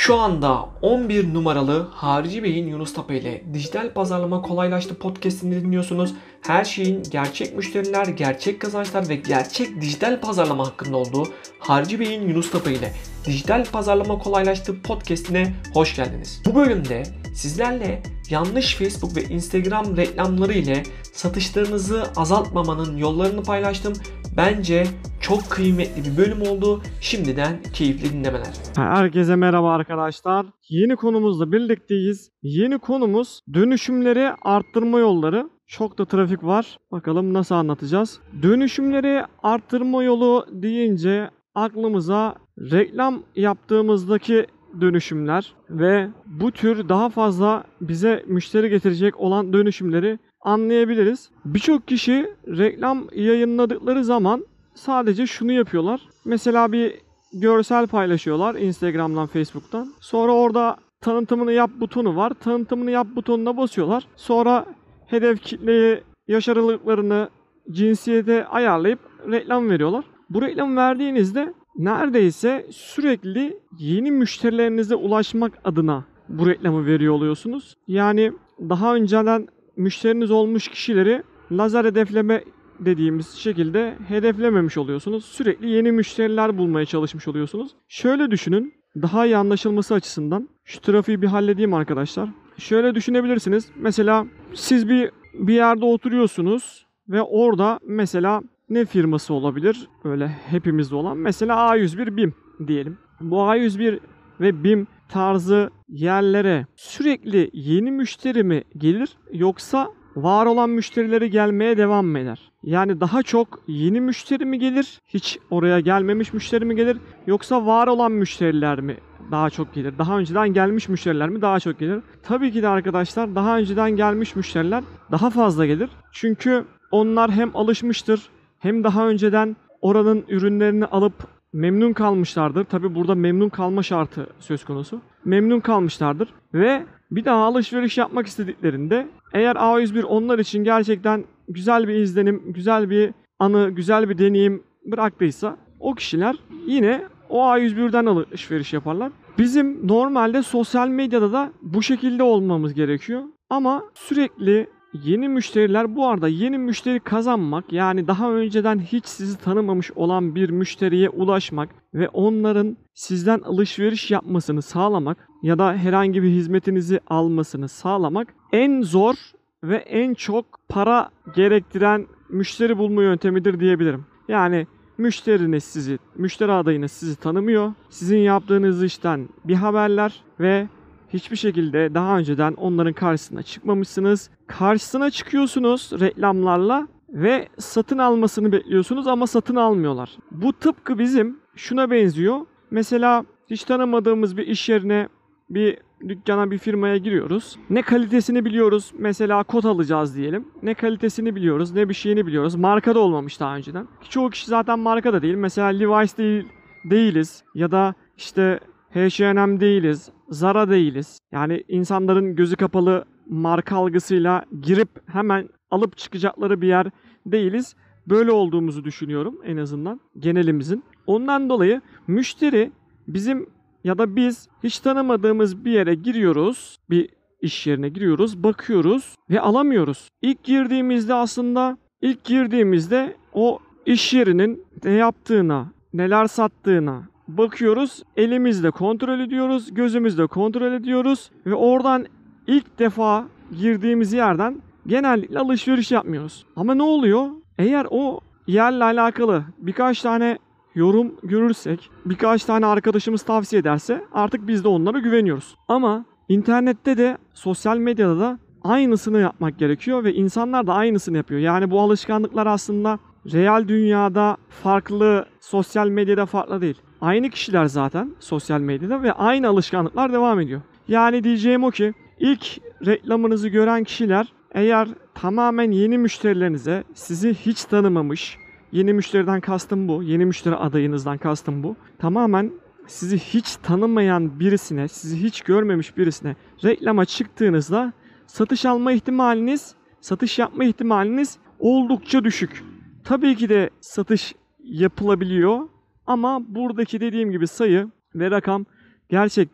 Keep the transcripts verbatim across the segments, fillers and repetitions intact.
Şu anda on bir numaralı Harici Bey'in Yunus Tapa ile Dijital Pazarlama Kolaylaştı podcast'ini dinliyorsunuz. Her şeyin gerçek müşteriler, gerçek kazançlar ve gerçek dijital pazarlama hakkında olduğu Harici Bey'in Yunus Tapa ile Dijital Pazarlama Kolaylaştı podcast'ine hoş geldiniz. Bu bölümde sizlerle yanlış Facebook ve Instagram reklamları ile satışlarınızı azaltmamanın yollarını paylaştım. Bence çok kıymetli bir bölüm oldu. Şimdiden keyifli dinlemeler. Herkese merhaba arkadaşlar. Yeni konumuzla birlikteyiz. Yeni konumuz dönüşümleri arttırma yolları. Çok da trafik var. Bakalım nasıl anlatacağız. Dönüşümleri arttırma yolu deyince aklımıza reklam yaptığımızdaki dönüşümler ve bu tür daha fazla bize müşteri getirecek olan dönüşümleri anlayabiliriz. Birçok kişi reklam yayınladıkları zaman sadece şunu yapıyorlar. Mesela bir görsel paylaşıyorlar Instagram'dan, Facebook'tan. Sonra orada tanıtımını yap butonu var. Tanıtımını yap butonuna basıyorlar. Sonra hedef kitleyi, yaş aralıklarını, cinsiyete ayarlayıp reklam veriyorlar. Bu reklam verdiğinizde neredeyse sürekli yeni müşterilerinize ulaşmak adına bu reklamı veriyor oluyorsunuz. Yani daha önceden müşteriniz olmuş kişileri lazer hedefleme dediğimiz şekilde hedeflememiş oluyorsunuz. Sürekli yeni müşteriler bulmaya çalışmış oluyorsunuz. Şöyle düşünün, daha iyi anlaşılması açısından şu trafiği bir halledeyim arkadaşlar. Şöyle düşünebilirsiniz. Mesela siz bir bir yerde oturuyorsunuz ve orada mesela ne firması olabilir? Öyle hepimizde olan. Mesela A yüz bir BİM diyelim. Bu A yüz bir ve BİM tarzı yerlere sürekli yeni müşteri mi gelir yoksa var olan müşterileri gelmeye devam mı eder? Yani daha çok yeni müşteri mi gelir? Hiç oraya gelmemiş müşteri mi gelir? Yoksa var olan müşteriler mi daha çok gelir? Daha önceden gelmiş müşteriler mi daha çok gelir? Tabii ki de arkadaşlar daha önceden gelmiş müşteriler daha fazla gelir. Çünkü onlar hem alışmıştır hem daha önceden oranın ürünlerini alıp memnun kalmışlardır. Tabii burada memnun kalma şartı söz konusu. Memnun kalmışlardır ve bir daha alışveriş yapmak istediklerinde eğer A yüz bir onlar için gerçekten güzel bir izlenim, güzel bir anı, güzel bir deneyim bıraktıysa o kişiler yine o A yüz birden alışveriş yaparlar. Bizim normalde sosyal medyada da bu şekilde olmamız gerekiyor. Ama sürekli yeni müşteriler, bu arada yeni müşteri kazanmak, yani daha önceden hiç sizi tanımamış olan bir müşteriye ulaşmak ve onların sizden alışveriş yapmasını sağlamak ya da herhangi bir hizmetinizi almasını sağlamak en zor ve en çok para gerektiren müşteri bulma yöntemidir diyebilirim. Yani müşteriniz sizi, müşteri adayınız sizi tanımıyor. Sizin yaptığınız işten bir haberler ve hiçbir şekilde daha önceden onların karşısına çıkmamışsınız. Karşısına çıkıyorsunuz reklamlarla ve satın almasını bekliyorsunuz ama satın almıyorlar. Bu tıpkı bizim şuna benziyor. Mesela hiç tanımadığımız bir iş yerine, bir dükkana, bir firmaya giriyoruz. Ne kalitesini biliyoruz. Mesela kot alacağız diyelim. Ne kalitesini biliyoruz, ne bir şeyini biliyoruz. Marka da olmamış daha önceden. Çoğu kişi zaten marka da değil. Mesela Levi's değil, değiliz ya da işte H and M değiliz, Zara değiliz. Yani insanların gözü kapalı marka algısıyla girip hemen alıp çıkacakları bir yer değiliz. Böyle olduğumuzu düşünüyorum en azından genelimizin. Ondan dolayı müşteri bizim ya da biz hiç tanımadığımız bir yere giriyoruz, bir iş yerine giriyoruz, bakıyoruz ve alamıyoruz. İlk girdiğimizde aslında ilk girdiğimizde o iş yerinin ne yaptığına, neler sattığına bakıyoruz, elimizle kontrol ediyoruz, gözümüzle kontrol ediyoruz ve oradan ilk defa girdiğimiz yerden genellikle alışveriş yapmıyoruz. Ama ne oluyor? Eğer o yerle alakalı birkaç tane yorum görürsek, birkaç tane arkadaşımız tavsiye ederse artık biz de onlara güveniyoruz. Ama internette de, sosyal medyada da aynısını yapmak gerekiyor ve insanlar da aynısını yapıyor. Yani bu alışkanlıklar aslında real dünyada farklı, sosyal medyada farklı değil. Aynı kişiler zaten sosyal medyada ve aynı alışkanlıklar devam ediyor. Yani diyeceğim o ki ilk reklamınızı gören kişiler eğer tamamen yeni müşterilerinize, sizi hiç tanımamış, yeni müşteriden kastım bu, yeni müşteri adayınızdan kastım bu, tamamen sizi hiç tanımayan birisine, sizi hiç görmemiş birisine reklama çıktığınızda satış alma ihtimaliniz, satış yapma ihtimaliniz oldukça düşük. Tabii ki de satış yapılabiliyor ama buradaki dediğim gibi sayı ve rakam gerçekten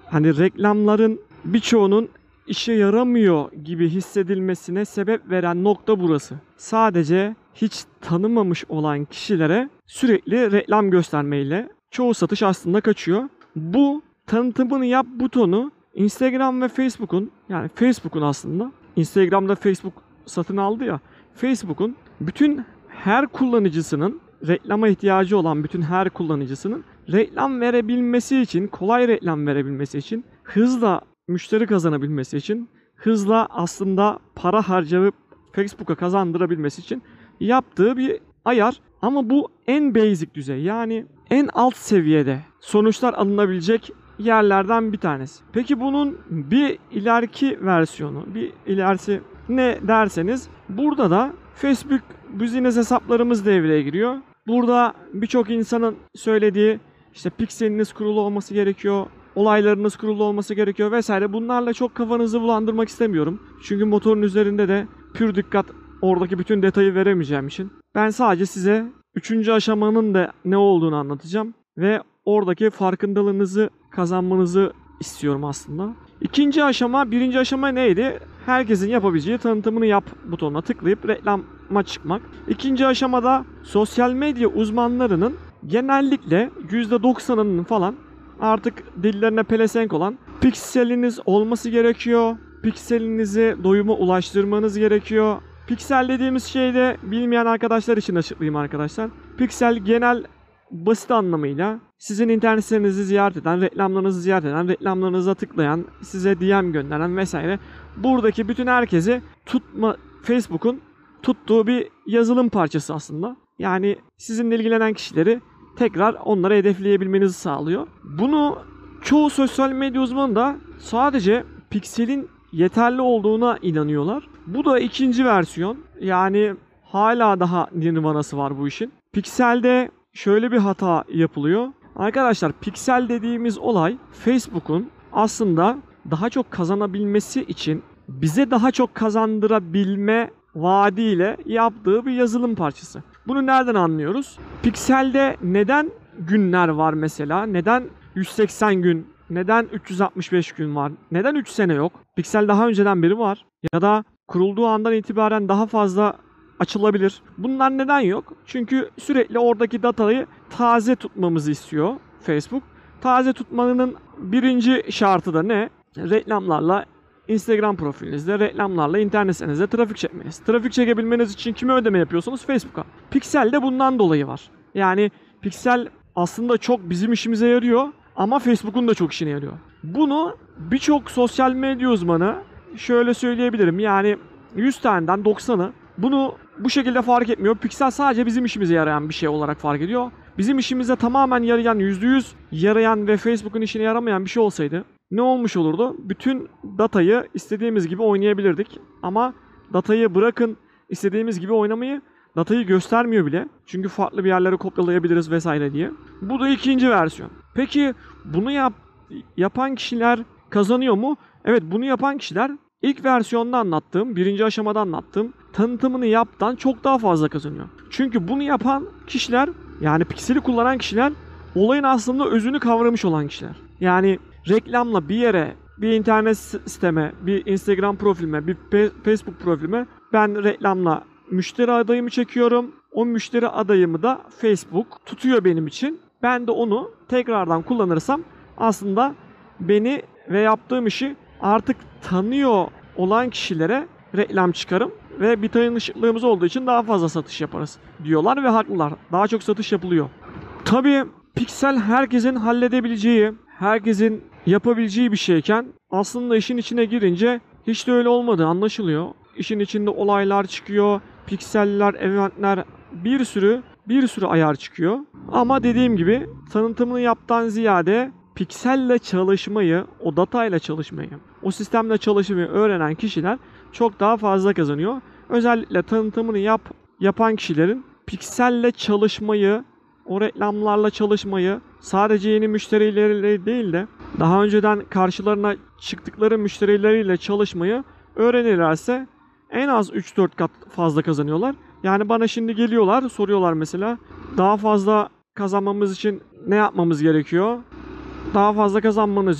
hani reklamların birçoğunun işe yaramıyor gibi hissedilmesine sebep veren nokta burası. Sadece hiç tanımamış olan kişilere sürekli reklam göstermeyle çoğu satış aslında kaçıyor. Bu tanıtımını yap butonu Instagram ve Facebook'un, yani Facebook'un aslında, Instagram'da Facebook satın aldı ya, Facebook'un bütün her kullanıcısının, reklama ihtiyacı olan bütün her kullanıcısının reklam verebilmesi için, kolay reklam verebilmesi için, hızla müşteri kazanabilmesi için, hızla aslında para harcayıp Facebook'a kazandırabilmesi için yaptığı bir ayar. Ama bu en basic düzey, yani en alt seviyede sonuçlar alınabilecek yerlerden bir tanesi. Peki bunun bir ileriki versiyonu, bir ilerisi ne derseniz, burada da Facebook business hesaplarımız devreye giriyor. Burada birçok insanın söylediği işte pikseliniz kurulu olması gerekiyor, olaylarınız kurulu olması gerekiyor vesaire. Bunlarla çok kafanızı bulandırmak istemiyorum. Çünkü motorun üzerinde de pür dikkat oradaki bütün detayı veremeyeceğim için. Ben sadece size üçüncü aşamanın da ne olduğunu anlatacağım ve oradaki farkındalığınızı kazanmanızı istiyorum aslında. İkinci aşama, birinci aşama neydi? Herkesin yapabileceği tanıtımını yap butonuna tıklayıp reklama çıkmak. İkinci aşamada sosyal medya uzmanlarının genellikle yüzde doksanının falan artık dillerine pelesenk olan pikseliniz olması gerekiyor. Pikselinizi doyuma ulaştırmanız gerekiyor. Piksel dediğimiz şey de bilmeyen arkadaşlar için açıklayayım arkadaşlar. Piksel genel basit anlamıyla sizin internet sitenizi ziyaret eden, reklamlarınızı ziyaret eden, reklamlarınıza tıklayan, size D M gönderen vesaire, buradaki bütün herkesi tutma, Facebook'un tuttuğu bir yazılım parçası aslında. Yani sizinle ilgilenen kişileri tekrar onlara hedefleyebilmenizi sağlıyor. Bunu çoğu sosyal medya uzmanı da sadece pikselin yeterli olduğuna inanıyorlar. Bu da ikinci versiyon. Yani hala daha nirvanası var bu işin. Pikselde şöyle bir hata yapılıyor. Arkadaşlar, piksel dediğimiz olay Facebook'un aslında daha çok kazanabilmesi için bize daha çok kazandırabilme vaadiyle yaptığı bir yazılım parçası. Bunu nereden anlıyoruz? Pikselde neden günler var mesela? Neden yüz seksen gün? Neden üç yüz altmış beş gün var? Neden üç sene yok? Piksel daha önceden beri var. Ya da kurulduğu andan itibaren daha fazla açılabilir. Bunlar neden yok? Çünkü sürekli oradaki datayı taze tutmamızı istiyor Facebook. Taze tutmanın birinci şartı da ne? Reklamlarla Instagram profilinizde, reklamlarla internet sitenizde trafik çekmeniz. Trafik çekebilmeniz için kime ödeme yapıyorsunuz? Facebook'a. Piksel de bundan dolayı var. Yani Piksel aslında çok bizim işimize yarıyor ama Facebook'un da çok işine yarıyor. Bunu birçok sosyal medya uzmanı şöyle söyleyebilirim. Yani yüz taneden doksanı bunu bu şekilde fark etmiyor. Piksel sadece bizim işimize yarayan bir şey olarak fark ediyor. Bizim işimize tamamen yarayan, yüzde yüz yarayan ve Facebook'un işine yaramayan bir şey olsaydı ne olmuş olurdu? Bütün datayı istediğimiz gibi oynayabilirdik. Ama datayı bırakın istediğimiz gibi oynamayı, datayı göstermiyor bile. Çünkü farklı bir yerlere kopyalayabiliriz vesaire diye. Bu da ikinci versiyon. Peki bunu yap, yapan kişiler kazanıyor mu? Evet, bunu yapan kişiler ilk versiyonda anlattığım, birinci aşamada anlattığım tanıtımını yaptan çok daha fazla kazanıyor. Çünkü bunu yapan kişiler, yani pikseli kullanan kişiler, olayın aslında özünü kavramış olan kişiler. Yani reklamla bir yere, bir internet siteme, bir Instagram profilime, bir Facebook profilime ben reklamla müşteri adayımı çekiyorum. O müşteri adayımı da Facebook tutuyor benim için. Ben de onu tekrardan kullanırsam aslında beni ve yaptığım işi artık tanıyor olan kişilere reklam çıkarım ve bir tanışıklığımız olduğu için daha fazla satış yaparız diyorlar ve haklılar. Daha çok satış yapılıyor. Tabii piksel herkesin halledebileceği, herkesin yapabileceği bir şeyken aslında işin içine girince hiç de öyle olmadığı anlaşılıyor. İşin içinde olaylar çıkıyor, pikseller, eventler, bir sürü bir sürü ayar çıkıyor. Ama dediğim gibi tanıtımını yaptan ziyade pikselle çalışmayı, o datayla çalışmayı, o sistemle çalışmayı öğrenen kişiler çok daha fazla kazanıyor. Özellikle tanıtımını yap, yapan kişilerin pikselle çalışmayı, o reklamlarla çalışmayı, sadece yeni müşterileriyle değil de daha önceden karşılarına çıktıkları müşterileriyle çalışmayı öğrenirlerse en az üç dört kat fazla kazanıyorlar. Yani bana şimdi geliyorlar, soruyorlar mesela, daha fazla kazanmamız için ne yapmamız gerekiyor? Daha fazla kazanmanız için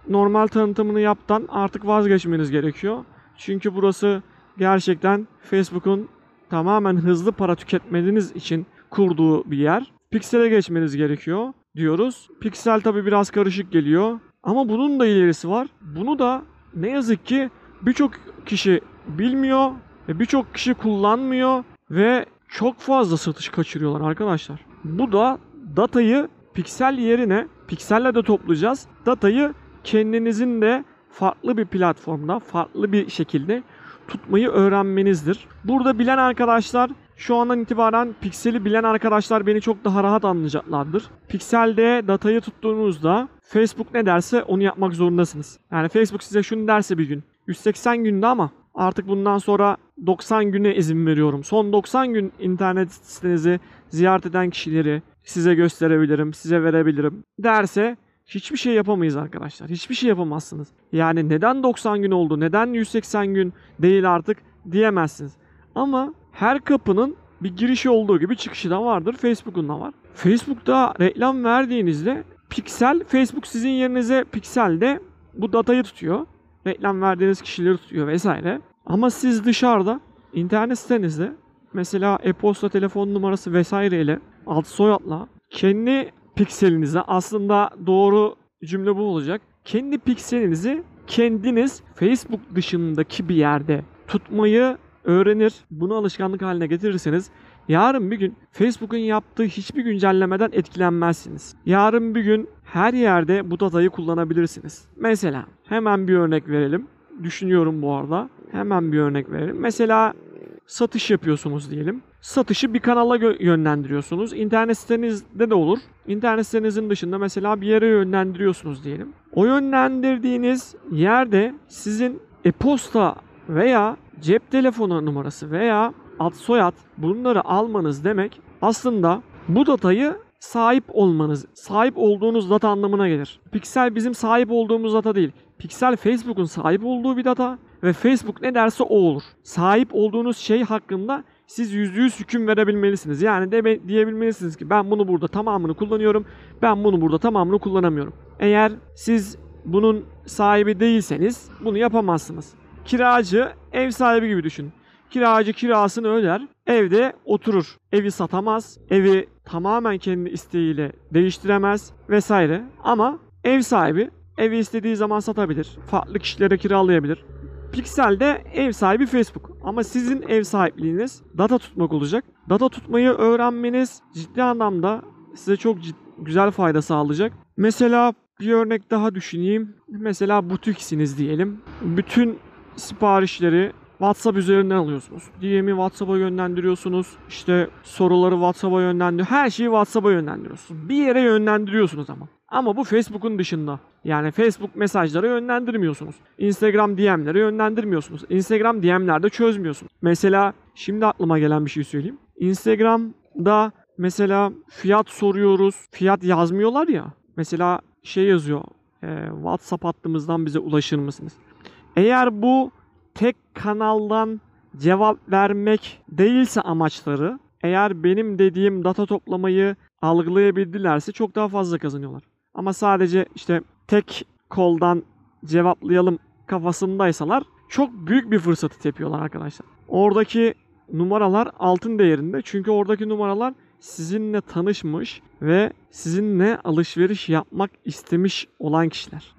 normal tanıtımını yaptan artık vazgeçmeniz gerekiyor. Çünkü burası gerçekten Facebook'un tamamen hızlı para tüketmeniz için kurduğu bir yer. Pixel'e geçmeniz gerekiyor diyoruz. Pixel tabi biraz karışık geliyor. Ama bunun da ilerisi var. Bunu da ne yazık ki birçok kişi bilmiyor ve birçok kişi kullanmıyor ve çok fazla satış kaçırıyorlar arkadaşlar. Bu da datayı Pixel yerine, Pixel'le de toplayacağız. Datayı kendinizin de farklı bir platformda, farklı bir şekilde tutmayı öğrenmenizdir. Burada bilen arkadaşlar, şu andan itibaren Pixel'i bilen arkadaşlar beni çok daha rahat anlayacaklardır. Pixel'de datayı tuttuğunuzda Facebook ne derse onu yapmak zorundasınız. Yani Facebook size şunu derse bir gün yüz seksen günde ama artık bundan sonra doksan güne izin veriyorum. Son doksan gün internet sitenizi ziyaret eden kişileri size gösterebilirim, size verebilirim derse hiçbir şey yapamayız arkadaşlar. Hiçbir şey yapamazsınız. Yani neden doksan gün oldu, neden yüz seksen gün değil artık diyemezsiniz. Ama her kapının bir girişi olduğu gibi çıkışı da vardır. Facebook'un da var. Facebook'ta reklam verdiğinizde Pixel, Facebook sizin yerinize Pixel'de bu datayı tutuyor. Reklam verdiğiniz kişileri tutuyor vesaire. Ama siz dışarıda internet sitenizde mesela e-posta, telefon numarası vesaireyle alt soyadla kendi pikselinize, aslında doğru cümle bu olacak, kendi pikselinizi kendiniz Facebook dışındaki bir yerde tutmayı öğrenir. Bunu alışkanlık haline getirirseniz yarın bir gün Facebook'un yaptığı hiçbir güncellemeden etkilenmezsiniz. Yarın bir gün her yerde bu datayı kullanabilirsiniz. Mesela hemen bir örnek verelim. Düşünüyorum bu arada. Hemen bir örnek verelim. Mesela satış yapıyorsunuz diyelim. Satışı bir kanala yönlendiriyorsunuz. İnternet sitenizde de olur. İnternet sitenizin dışında mesela bir yere yönlendiriyorsunuz diyelim. O yönlendirdiğiniz yerde sizin e-posta veya cep telefonu numarası veya ad soyad bunları almanız demek aslında bu datayı sahip olmanız, sahip olduğunuz data anlamına gelir. Pixel bizim sahip olduğumuz data değil. Pixel Facebook'un sahip olduğu bir data ve Facebook ne derse o olur. Sahip olduğunuz şey hakkında siz yüzde yüz hüküm verebilmelisiniz. Yani de diyebilmelisiniz ki ben bunu burada tamamını kullanıyorum, ben bunu burada tamamını kullanamıyorum. Eğer siz bunun sahibi değilseniz bunu yapamazsınız. Kiracı ev sahibi gibi düşün. Kiracı kirasını öder, evde oturur. Evi satamaz, evi tamamen kendi isteğiyle değiştiremez vesaire. Ama ev sahibi evi istediği zaman satabilir, farklı kişilere kiralayabilir. Pixel'de ev sahibi Facebook. Ama sizin ev sahipliğiniz data tutmak olacak. Data tutmayı öğrenmeniz ciddi anlamda size çok ciddi, güzel fayda sağlayacak. Mesela bir örnek daha düşüneyim. Mesela butiksiniz diyelim. Bütün siparişleri WhatsApp üzerinden alıyorsunuz. D M'i WhatsApp'a yönlendiriyorsunuz. İşte soruları WhatsApp'a yönlendiriyorsunuz. Her şeyi WhatsApp'a yönlendiriyorsunuz. Bir yere yönlendiriyorsunuz ama. Ama bu Facebook'un dışında. Yani Facebook mesajlara yönlendirmiyorsunuz. Instagram D M'lere yönlendirmiyorsunuz. Instagram D M'lerde çözmüyorsunuz. Mesela şimdi aklıma gelen bir şey söyleyeyim. Instagram'da mesela fiyat soruyoruz. Fiyat yazmıyorlar ya. Mesela şey yazıyor. E, WhatsApp hattımızdan bize ulaşır mısınız? Eğer bu tek kanaldan cevap vermek değilse amaçları, eğer benim dediğim data toplamayı algılayabildilerse çok daha fazla kazanıyorlar. Ama sadece işte tek koldan cevaplayalım kafasındaysalar çok büyük bir fırsatı tepiyorlar arkadaşlar. Oradaki numaralar altın değerinde, çünkü oradaki numaralar sizinle tanışmış ve sizinle alışveriş yapmak istemiş olan kişiler.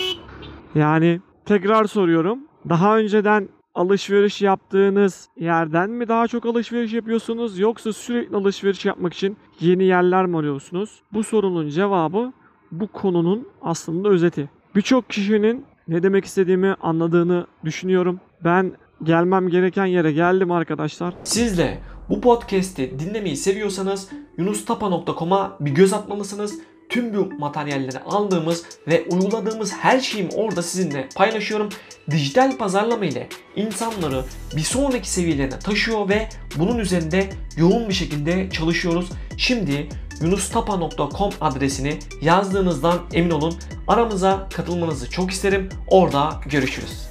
Yani tekrar soruyorum. Daha önceden alışveriş yaptığınız yerden mi daha çok alışveriş yapıyorsunuz, yoksa sürekli alışveriş yapmak için yeni yerler mi arıyorsunuz? Bu sorunun cevabı bu konunun aslında özeti. Birçok kişinin ne demek istediğimi anladığını düşünüyorum. Ben gelmem gereken yere geldim arkadaşlar. Siz de bu podcast'i dinlemeyi seviyorsanız yunustapa nokta com'a bir göz atmalısınız. Tüm bu materyalleri aldığımız ve uyguladığımız her şeyimi orada sizinle paylaşıyorum. Dijital pazarlama ile insanları bir sonraki seviyelerine taşıyor ve bunun üzerinde yoğun bir şekilde çalışıyoruz. Şimdi yunustapa nokta com adresini yazdığınızdan emin olun. Aramıza katılmanızı çok isterim. Orada görüşürüz.